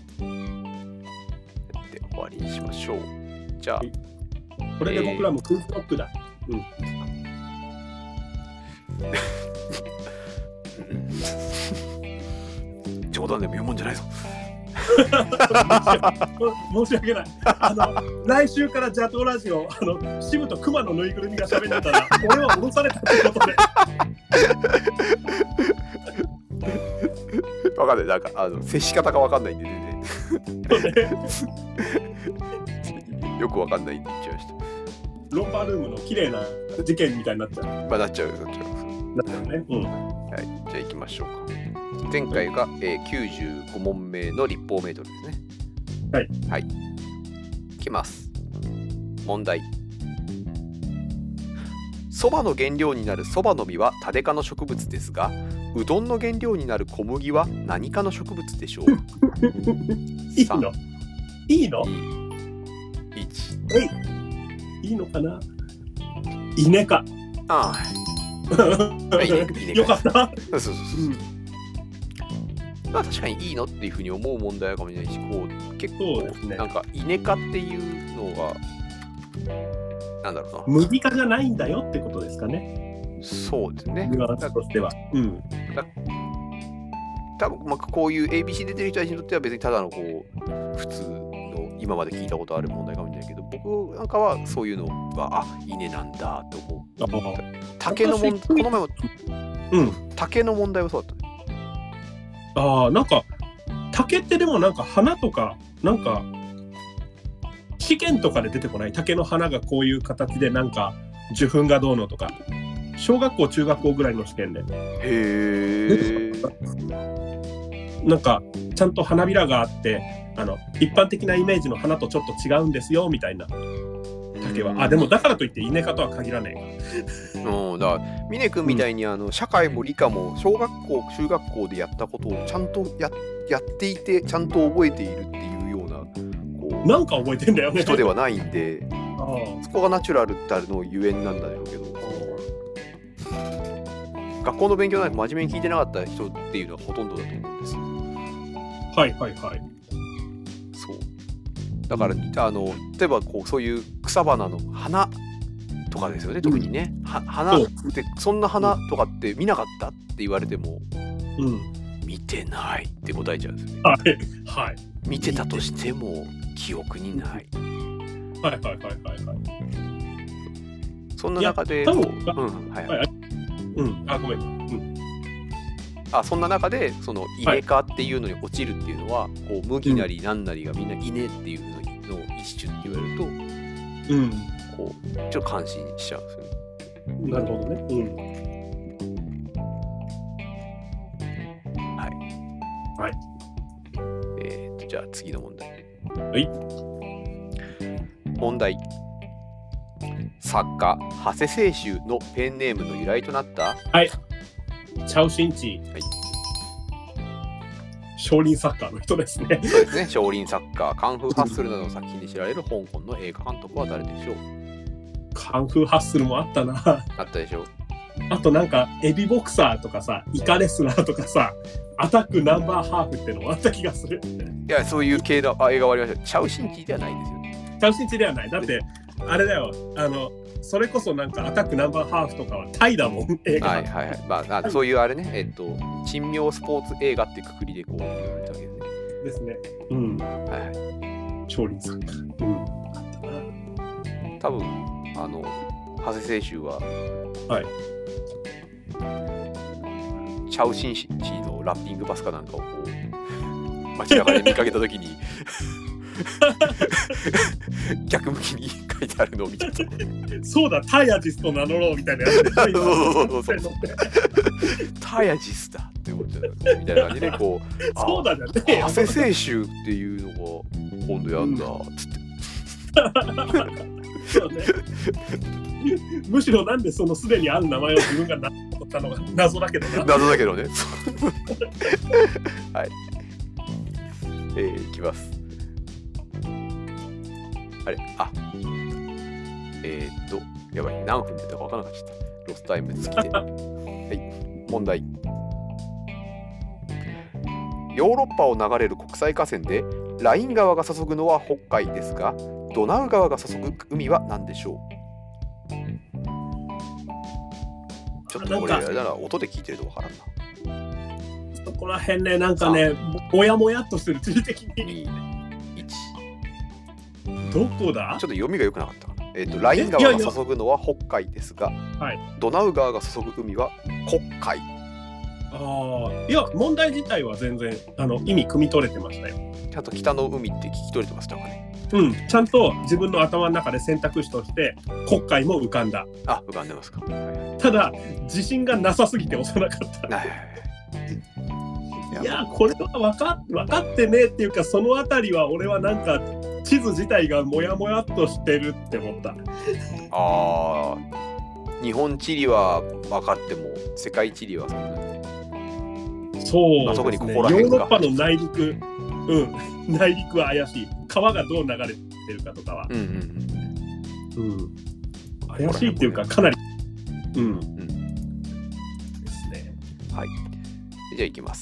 やって終わりにしましょう。じゃあ、はい、 これで僕らもクイズロックだ。えー、 うん。冗談でも言うもんじゃないぞ。 申し訳ない。あの来週からジャトーラジオ、あのシムとクマのぬいぐるみが喋ってたら、俺は降ろされたってことで。 わかんない、なんかあの接し方がわかんないんでね。よくわかんないんで言っちゃいました。 ロンパールームの綺麗な事件みたいになっちゃう。 まあなっちゃうよ、なっちゃう。 なっちゃうね。うん。 はい、じゃあ行きましょうか。前回が、えー、きゅうじゅうごもんめの立方メートルですね。 はい。 はい。いきます。問題。そばの原料になるそばの実はタデ科の植物ですが、うどんの原料になる小麦は何科の植物でしょう？ いいの？いいの？ いち。 いいのかな？稲か。 ああ。 よかった。 そうそうそうそう。まあ確かにいいのっていうふうに思う問題かもしれないし、こう結構、ね、なんか稲科っていうのがなんだろうな。 麦科じゃないんだよってことですかね。 そうですね。 ニュアンスとしては。うん。 多分まあこういう エービーシー 出てる人たちにとっては別にただのこう普通の今まで聞いたことある問題かもしれないけど、僕なんかはそういうのはあ稲なんだと思う。竹の問題、この前も、うん、竹の問題はそうだったね。 ああ、なんか竹ってでもなんか花とかなんか試験とかで出てこない？竹の花がこういう形でなんか受粉がどうのとか、小学校中学校ぐらいの試験で。 へえ。 なんかちゃんと花びらがあって、あの一般的なイメージの花とちょっと違うんですよみたいな。竹はあでもだからといって稲科とは限らないが。 うん、だから峰君みたいにあの、うん、社会も理科も小学校中学校でやったことをちゃんと や, やっていてちゃんと覚えているっていうようなこうなんか覚えてんだよね人ではないんであそこがナチュラルってあるのゆえんなんだろうけど、学校の勉強なんか真面目に聞いてなかった人っていうのはほとんどだと思うんですよ。 はいはいはい。 そうだからあの例えばこうそういう草花の花とかですよね、特にね、うん、花ってそんな花とかって見なかったって言われても、うん、見てないって答えちゃうんですよね。 はいはい。 見てたとしても記憶にない。 はいはいはいはいはい。 そんな中で、うん、はいはい。 うん、あごめん。うん。 あそんな中でその稲科っていうのに落ちるっていうのは、はい、こう麦なり何なりがみんな稲っていうのの一種って言われると、うん、こうちょっと感心しちゃうんですよね。 なるほどね。うん。 はい。 はい。 えーとじゃあ次の問題。 はい。 問題。作家長谷清舟のペンネームの由来となった。 はい。チャオシンチ。はい。少林サッカーの人ですね。 そうですね。少林サッカー、カンフーハッスルなどの作品で知られる香港の映画監督は誰でしょう？ カンフーハッスルもあったな。 あったでしょ。 あとなんかエビボクサーとかさ、イカレスラーとかさ、アタックナンバーハーフってのもあった気がする。 いや、そういう系の映画はありました。チャオシンチではないですよね。 チャオシンチではない。だってあれだよ。あのそれこそなんかアタックナンバーハーフとかはタイだもん。映画。 はいはいはい。まあ、あそういうあれね、えっと珍妙スポーツ映画ってくくりでこう言われたわけですね。 ですね。うん。はいはい。少林サッカー。うん。あったな。 多分あの長谷清舟は。 はい。 チャオシンチのラッピングパスかなんかをこう街中で見かけたときに逆向きに書いてあるのを見てた。 そうだ、タイアジスと名乗ろうみたいなやつでしょ。 そうそうそうタイアジスだって思っちゃったみたいな感じでこうそうだね。 長谷清舟っていうのが今度やんだっつって、 うんそうね、むしろなんでそのすでにある名前を自分が名乗ったのが謎だけどな。 謎だけどね。はい。えー、いきます。あれあえー、っとやばい何分出たか分からなかった。ロスタイム好きで。はい。問題。ヨーロッパを流れる国際河川でライン川が注ぐのは北海ですが、ドナウ川が注ぐ海は何でしょう？ちょっとこれあれだな、音で聞いてると分からんな。 そこら辺ね、なんかね、もやもやっとしてる、地理的に。 に、いち。 どこだ？ ちょっと読みが良くなかったかな。えっ、ー、と、ライン川が注ぐのは北海ですが、 はい、 ドナウ川が注ぐ海は黒海。 ああ、いや、問題自体は全然あの意味汲み取れてましたよ。 ちゃんと北の海って聞き取れてましたかね。 うん、ちゃんと自分の頭の中で選択肢として黒海も浮かんだ。 あ、浮かんでますか。 ただ自信がなさすぎて押さなかった。いや、これは分か、分かってねえっていうか、そのあたりは俺はなんか地図自体がもやもやっとしてるって思った。 ああ、日本地理は分かっても世界地理はそんなに。 そうですね、 特にここら辺がヨーロッパの内陸、うん、内陸は怪しい。川がどう流れてるかとかは、うんうんうん、怪しいっていうかかなり、うん、うん、ですね。 はい。じゃあいきます。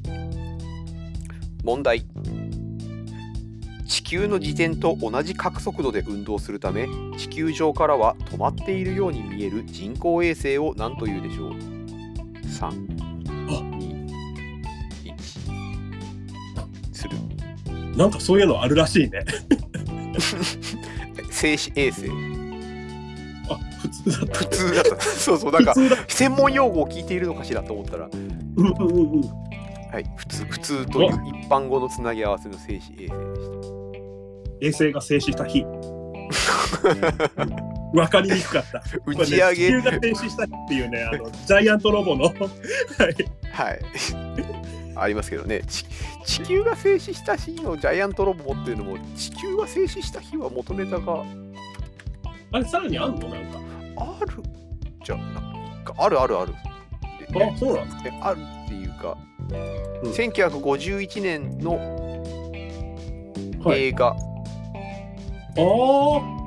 問題。地球の自転と同じ角速度で運動するため、地球上からは止まっているように見える人工衛星を何というでしょう？さん、に、いち。する。 なんかそういうのあるらしいね。 静止衛星。 あ、普通だった。 普通だった。そうそう、なんか専門用語を聞いているのかしらと思ったら、 うんうんうん、 はい、普通普通という一般語のつなぎ合わせの静止衛星でした。 衛星が静止した日。わかりにくかった。 打ち上げ、 地球が静止した日っていうね、あのジャイアントロボのはい、 はい、ありますけどね。地球が静止した日のジャイアントロボ持ってるのも、地球が静止した日は元ネタがあれさらにあるの？なんかあるじゃなんかあるあるある。 あ、そうなんですね。あるっていうか、 うん、 せんきゅうひゃくごじゅういちねんの映画、はい、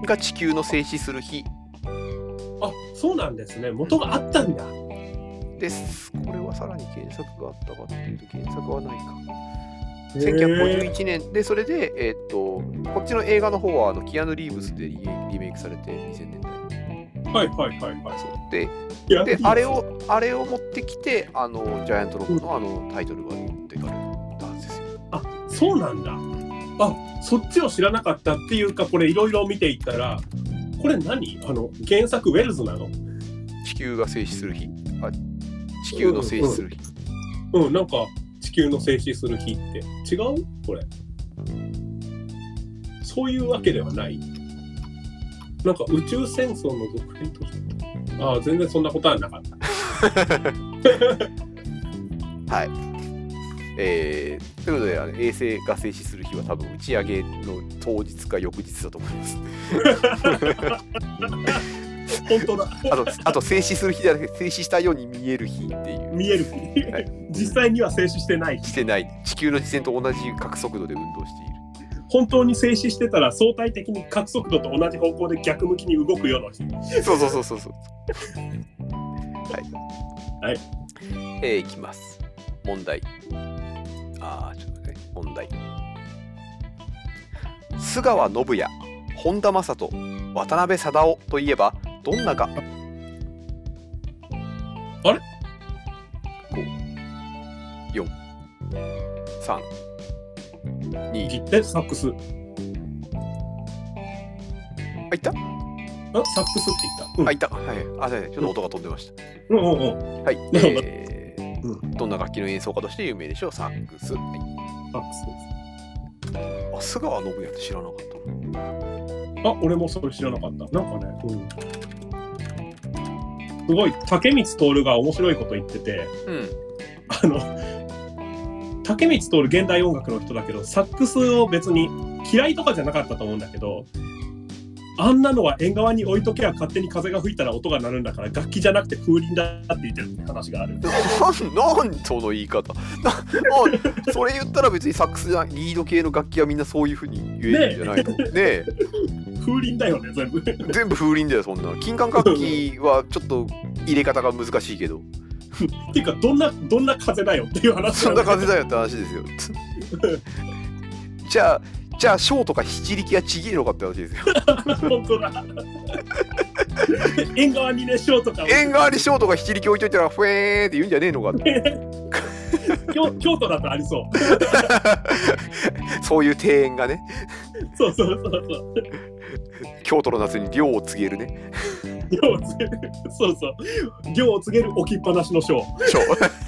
が地球の静止する日。 あ、そうなんですね。元があったんだ。 です。これはさらに原作があったかっていうと原作はないか。せんきゅうひゃくごじゅういちねんで、それで、えー、っとこっちの映画の方はあのキアヌ・リーブスでリメイクされてにせんねんだい。 はいはいはいはい。 そうで、であれをあれを持ってきて、あのジャイアントロボのあのタイトルが持っていかれたんですよ。 あ、そうなんだ。あ、そっちを知らなかったっていうか、これいろいろ見ていったら、これ何？あの原作ウェルズなの？ 地球が静止する日。あ、地球の静止する日。 うん、うんうん、なんか地球の静止する日って違う？これ。そういうわけではない。なんか宇宙戦争の続編として。ああ、全然そんなことはなかった。 はい。えー、ということで、あの衛星が静止する日は多分打ち上げの当日か翌日だと思います。 本当だ。 あと、あと静止する日じゃなくて静止したように見える日っていう。 見える日。はい、実際には静止してない。 してない。地球の自転と同じ角速度で運動している。 本当に静止してたら相対的に角速度と同じ方向で逆向きに動くような日。 そうそうそうそうそう。はい。 はい。 えー、いきます。問題。あー、ちょっとね、問題。須川信也、本田正人、渡辺貞夫といえばどんなが？ あれ ? ご、よん、さん、に、 え、サックス。 あ、いった？ あ、サックスって言った。うん、 あ、いった。はい。あ、ちょっと音が飛んでました。 うんうんうん。 はい。えーうん、どんな楽器の演奏家として有名でしょう？サックス。はい、 サックスです。 あ、須川信也って知らなかったの？あ、俺もそれ知らなかった。なんかね、うん、すごい竹光徹が面白いこと言ってて、 うん、 あの竹光徹現代音楽の人だけど、サックスを別に嫌いとかじゃなかったと思うんだけど、あんなのは縁側に置いとけば勝手に風が吹いたら音が鳴るんだから楽器じゃなくて風鈴だって言ってる話がある。 なんなんその言い方。なそれ言ったら別にサックスじゃないリード系の楽器はみんなそういう風に言えるんじゃないの？ねえ。 風鈴だよね全部。 全部風鈴だよそんな。金管楽器はちょっと入れ方が難しいけど。 っていうかどんなどんな風だよっていう話。 そんな風だよって話ですよ。じゃあじゃあショーとか七力はちげえのかって話ですよ。 本当だ。縁側にねショーとか。 縁側にショーとか七力置いといたらフェーって言うんじゃねえのかって。 京京都だとありそう。 そういう庭園がね。 そうそうそうそう。 京都の夏に涼を告げるね。 涼を告げる。そうそう。涼を告げる置きっぱなしのショー。 ショ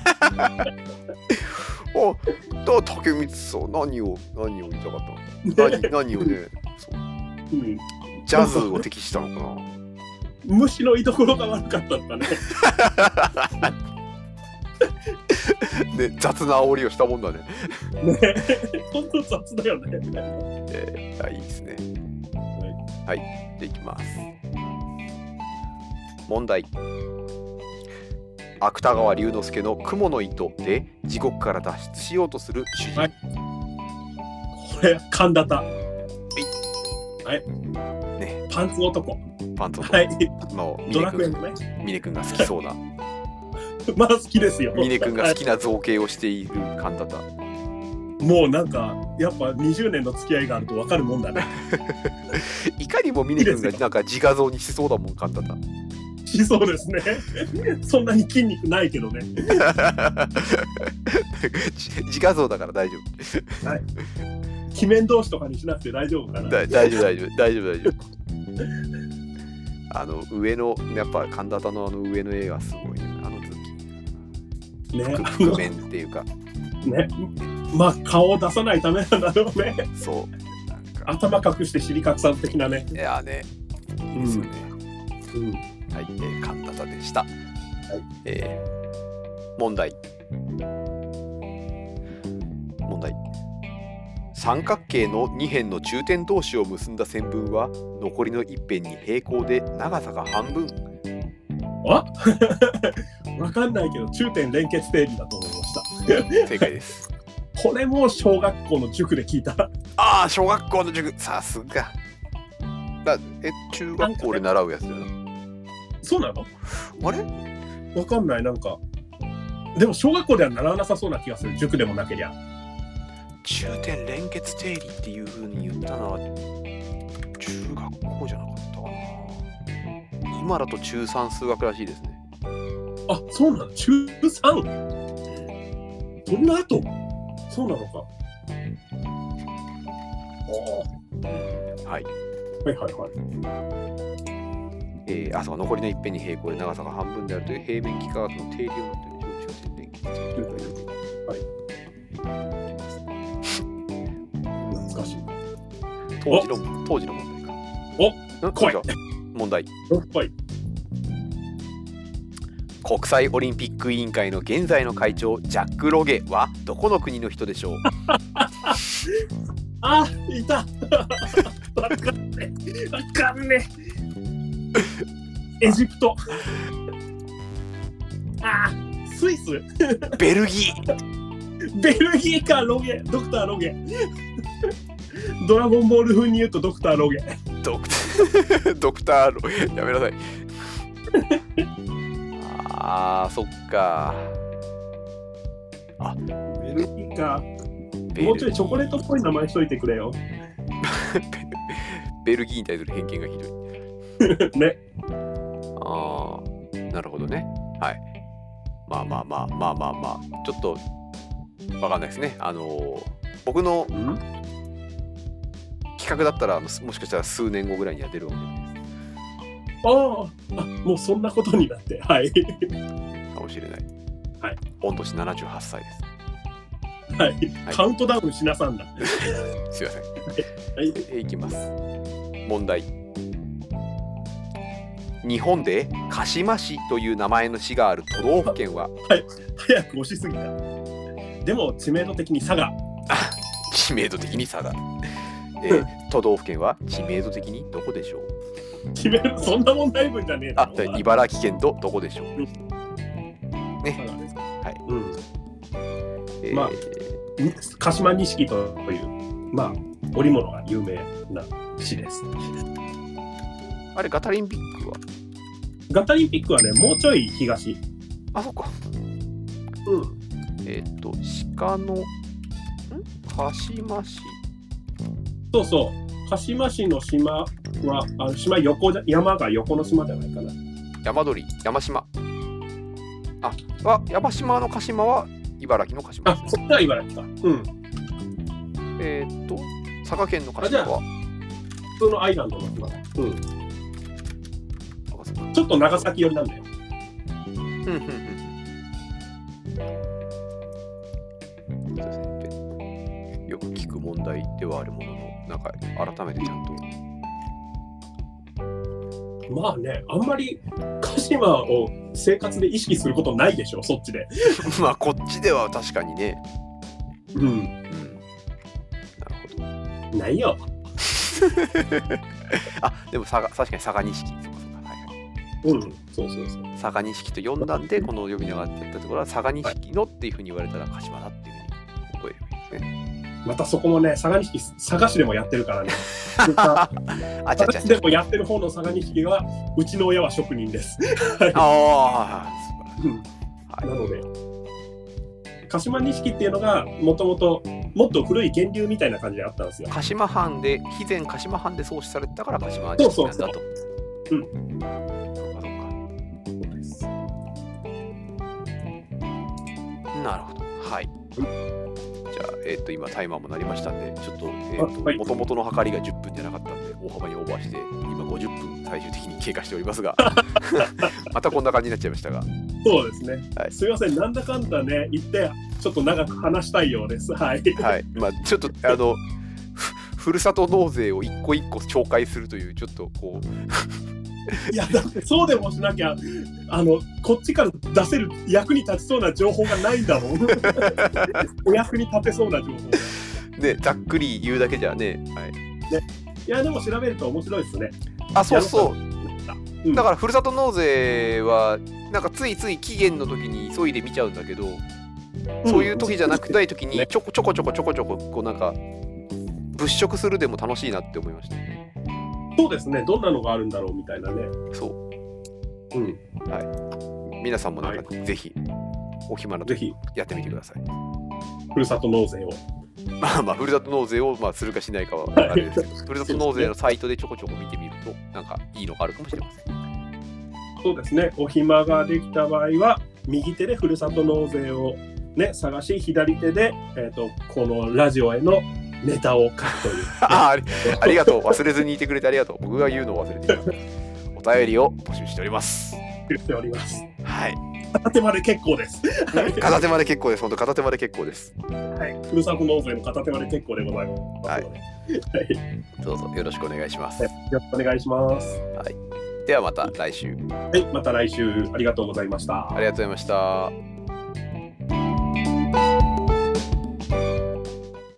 ー。あ、だ竹光さん何を何を言いたかったの？何何をね、そう、うん、ジャズを適したのかな。 虫の居所が悪かったんだね。 ね、雑な煽りをしたもんだね。 ね、本当雑だよね。 えー、いいですね。はい、はい、でいきます。問題。芥川龍之介の雲の糸で地獄から脱出しようとする主人。はい、 これ神田田。はい。 ね。 パンツ男。 パンツ男。はい。のドラクエのね。 峰君が好きそうな。 まあ好きですよ。 峰君が好きな造形をしている神田田。 もうなんかやっぱにじゅうねんの付き合いがあると分かるもんだね。 いかにも峰君がなんか自画像にしそうだもん、神田田。 しそうですね。そんなに筋肉ないけどね。 自画像だから大丈夫。 はい。鬼面同士とかにしなくて大丈夫かな。 大丈夫大丈夫大丈夫大丈夫。あの上のやっぱ神田田のあの上の絵がすごい、ね、あの時。ね。覆面っていうか。 ね。まあ顔を出さないためなんだろうね。 そう。 頭隠して尻隠さず的なね。 いやね。いいですよね。 うん。うん、 はい、えー、神田田でした。はい、えー、問題。問題。三角形のに辺の中点同士を結んだ線分は残りの一辺に平行で長さが半分。 あわかんないけど中点連結定理だと思いました。 正解です。 これも小学校の塾で聞いた。 ああ、小学校の塾、さすが。だえ中学校で習うやつだよな。 そうなの？ あれ？ わかんない、なんか。でも小学校では習わなさそうな気がする、塾でもなけりゃ。 中点連結定理っていう風に言ったのは中学校じゃなかったかな。今だと中さん数学らしいですね。 あ、そうなの？中さん？そんな後？そうなのか。 はい。 はいはいはい。 えー、あ、そう、残りの一辺に平行で長さが半分であるという平面幾何学の定理を持っている中点連結定理。 はい。懐かしい。 当時の当時の問題か。 お、来い。 問題。 来い。 国際オリンピック委員会の現在の会長ジャック・ロゲはどこの国の人でしょう？ あ、いた。わかんねえ。わかんねえ。エジプト。あ、スイス。 ベルギー。 ベルギーか、ロゲ、ドクターロゲ。ドラゴンボール風に言うとドクターロゲ。 ドクタードクターロゲ、やめなさい。あー、そっか。あ、 ベルギーか。もうちょいチョコレートっぽい名前しといてくれよ。 ベルギーに対する偏見がひどい。 ね。 ああ、なるほどね。はい。まあまあまあまあまあまあ、ちょっとわかんないですね。あのー、僕の企画だったら、もしかしたら数年後ぐらいには出るわけです。 ああ、もうそんなことになって、はい。かもしれない。 はい。 御年ななじゅうはっさいです。 はい。はい、カウントダウンしなさんだ。 すいません。 はい。 いきます。問題。日本で鹿島市という名前の市がある都道府県は？ はい。早く押しすぎた。でも知名度的に佐賀。 知名度的に佐賀。えー、都道府県は知名度的にどこでしょう？ 知名度そんな問題文じゃねえあ、茨城県とどこでしょう？ね。はい。うん。 えー、まあ、鹿島錦というまあ織物が有名な市です。 あれガタリンピックは？ ガタリンピックはね、もうちょい東。 あ、そっか。 うん。 えっ、ー、と鹿のん鹿島市。 そうそう。鹿島市の島はあの島横じゃ山が横の島じゃないかな。 山鳥山島。あ、は山島の鹿島は茨城の鹿島あ、 ですね。 そっちは茨城か。うん。 えーっと、佐賀県の鹿島は、 普通のアイランドの島だ。うん。 あそうかちょっと長崎寄りなんだよ。 うんうんうんうん。そうですね。よく聞く問題ではあるものの、なんか改めてちゃんと。 まあね、あんまり鹿島を生活で意識することないでしょ、そっちで。 まあこっちでは確かにね。 うん。 うん。なるほど。 ないよ。 あ、でも佐賀、確かに佐賀錦。そうかそうか。はいはい。 うん。そうそうそう。 佐賀錦と呼んだんで、この呼び名がっていったところは佐賀錦のっていうふうに言われたら鹿島だっていうふうに覚えるわけですね。 またそこもね、佐賀錦、佐賀市でもやってるからね。 あちゃちゃ佐賀市でもやってる方の佐賀錦は、うちの親は職人です。 ああ、 うん、なので、鹿島錦っていうのが、もともともっと古い源流みたいな感じであったんですよ。 鹿島藩で、肥前鹿島藩で創始されてたから鹿島錦なんだと。 うん。 そうかそうか。なるほど。はい。じゃあ、えっと、今タイマーも鳴りましたんで、ちょっと、えっと、 はいもともとの計りがじゅっぷんじゃなかったんで、大幅にオーバーして、今ごじゅっぷん最終的に経過しておりますが、またこんな感じになっちゃいましたが。 そうですね。 はい、 すみません、なんだかんだね、言って、ちょっと長く話したいようです。はい。 はい。まあ、ちょっと、あの、ふるさと納税を一個一個紹介するという、ちょっとこう。 いや、だってそうでもしなきゃ、あの、こっちから出せる役に立ちそうな情報がないんだもん。お役に立てそうな情報。 ね、ざっくり言うだけじゃね。はい。 ね、いや、でも調べると面白いですね。 あ、そうそう。 うん、 だから、ふるさと納税は、なんかついつい期限の時に急いで見ちゃうんだけど、うん、そういう時じゃなくない時にちょこちょこちょこちょこちょここうなんか物色するでも楽しいなって思いました。 そうですね。どんなのがあるんだろうみたいなね。 そう。 うん。 はい。皆さんもなんかぜひ、はい、お暇な時やってみてください。 ふるさと納税を。 まあまあふるさと納税をまあするかしないかはあれですけど、ふるさと納税のサイトでちょこちょこ見てみるとなんかいいのがあるかもしれません。 そうですね。お暇ができた場合は右手でふるさと納税をね探し、左手でえっとこのラジオへのネタを書くという、ね。 あ, ありがとう。忘れずにいてくれてありがとう。僕が言うのを忘れています。お便りを募集しております。 しております。 はい。 片手まで結構です。 片手まで結構です。本当片手まで結構です。 はい。ふるさと納税の片手まで結構でございます。はい。 どうぞよろしくお願いします。 よろしくお願いします。 はい。ではまた来週。 はい。また来週ありがとうございました。 ありがとうございました。